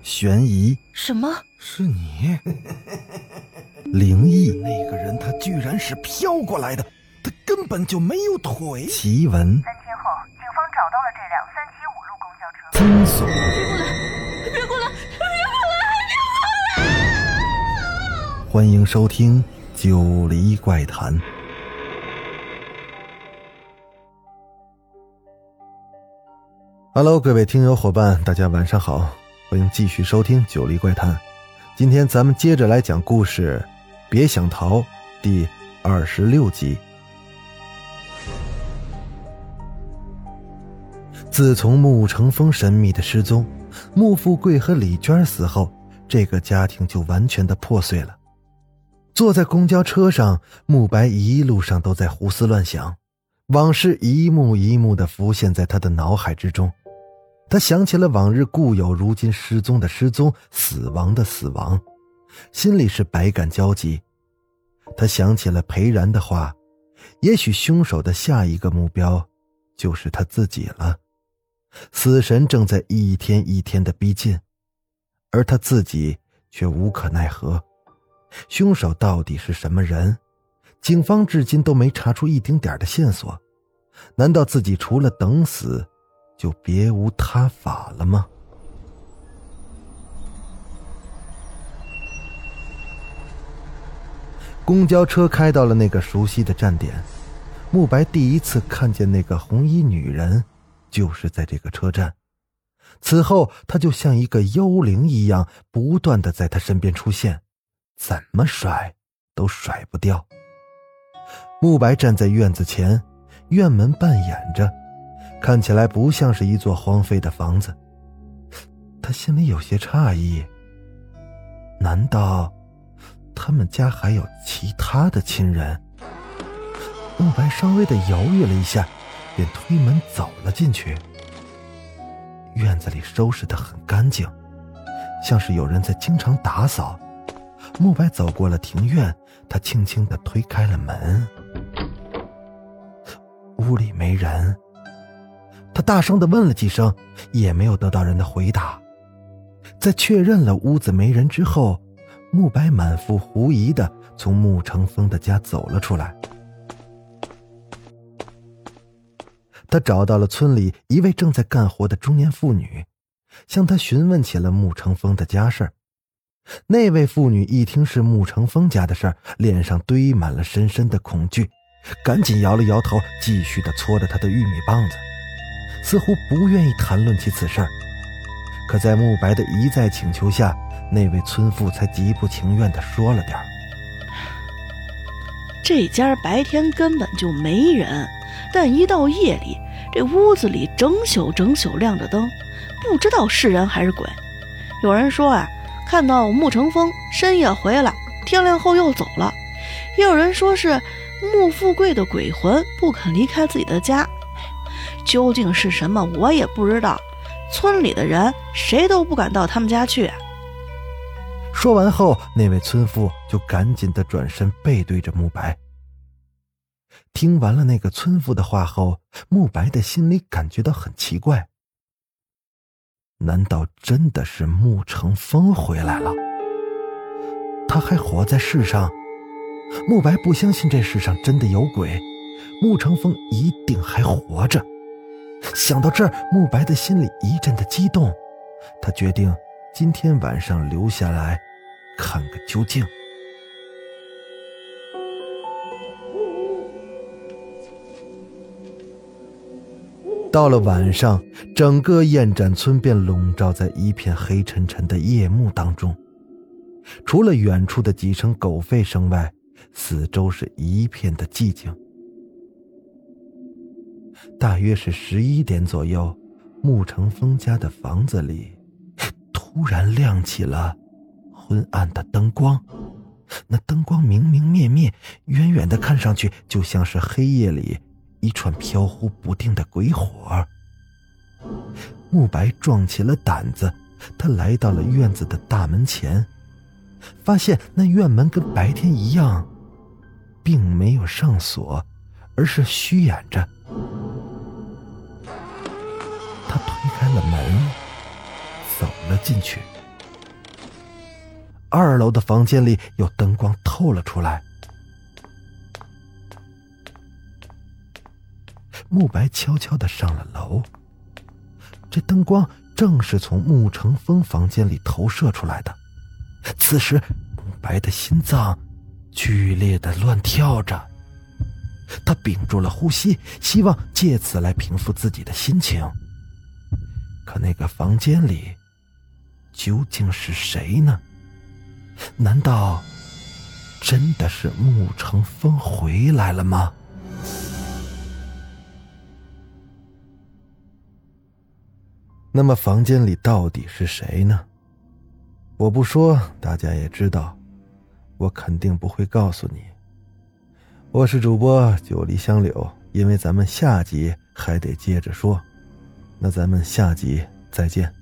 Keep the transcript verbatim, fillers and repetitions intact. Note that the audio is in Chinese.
悬疑， 什么？ 是你？ 灵异， 那个人他居然是飘过来的，他根本就没有腿。 奇闻， 三天后，警方找到了这辆三七五路公交车。 惊悚， 别过来！别过来！别过来！别过来！ 欢迎收听《九黎怪谈》。Hello， 各位听友伙伴，大家晚上好，欢迎继续收听《九黎怪谈》。今天咱们接着来讲故事，别想逃第二十六集。自从穆成风神秘的失踪，穆富贵和李娟死后，这个家庭就完全的破碎了。坐在公交车上，穆白一路上都在胡思乱想，往事一幕一幕地浮现在他的脑海之中。他想起了往日故友，如今失踪的失踪，死亡的死亡，心里是百感交集。他想起了裴然的话，也许凶手的下一个目标就是他自己了。死神正在一天一天地逼近，而他自己却无可奈何。凶手到底是什么人？警方至今都没查出一丁点的线索。难道自己除了等死就别无他法了吗？公交车开到了那个熟悉的站点，穆白第一次看见那个红衣女人就是在这个车站。此后他就像一个幽灵一样不断地在他身边出现，怎么甩都甩不掉。穆白站在院子前，院门半掩着，看起来不像是一座荒废的房子。他心里有些诧异，难道他们家还有其他的亲人？穆白稍微的犹豫了一下，便推门走了进去。院子里收拾得很干净，像是有人在经常打扫。穆白走过了庭院，他轻轻地推开了门。屋里没人，他大声地问了几声，也没有得到人的回答。在确认了屋子没人之后，穆白满腹狐疑地从穆成风的家走了出来。他找到了村里一位正在干活的中年妇女，向她询问起了穆成风的家事。那位妇女一听是穆成风家的事，脸上堆满了深深的恐惧，赶紧摇了摇头，继续地搓着他的玉米棒子，似乎不愿意谈论起此事。可在穆白的一再请求下，那位村妇才极不情愿地说了点。 这家白天根本就没人，但一到夜里，这屋子里整宿整宿亮着灯，不知道是人还是鬼。有人说啊，看到穆成风深夜回来，天亮后又走了。也有人说是穆富贵的鬼魂不肯离开自己的家，究竟是什么我也不知道。村里的人谁都不敢到他们家去。 说完后，那位村妇就赶紧地转身背对着穆白。听完了那个村妇的话后，穆白的心里感觉到很奇怪。难道真的是穆成风回来了？他还活在世上？穆白不相信这世上真的有鬼，穆成风一定还活着。想到这儿，穆白的心里一阵的激动，他决定今天晚上留下来看个究竟。到了晚上，整个燕展村便笼罩在一片黑沉沉的夜幕当中，除了远处的几声狗吠声外，四周是一片的寂静。大约是十一点左右，穆成风家的房子里突然亮起了昏暗的灯光，那灯光明明灭灭，远远的看上去就像是黑夜里一串飘忽不定的鬼火。穆白壮起了胆子，他来到了院子的大门前，发现那院门跟白天一样，并没有上锁，而是虚掩着。他推开了门，走了进去。 二楼的房间里有灯光透了出来。慕白悄悄地上了楼，这灯光正是从穆成风房间里投射出来的。此时慕白的心脏剧烈地乱跳着，他屏住了呼吸，希望借此来平复自己的心情。可那个房间里究竟是谁呢？难道真的是穆成风回来了吗？那么房间里到底是谁呢？我不说，大家也知道，我肯定不会告诉你。我是主播九黎香柳，因为咱们下集还得接着说，那咱们下集再见。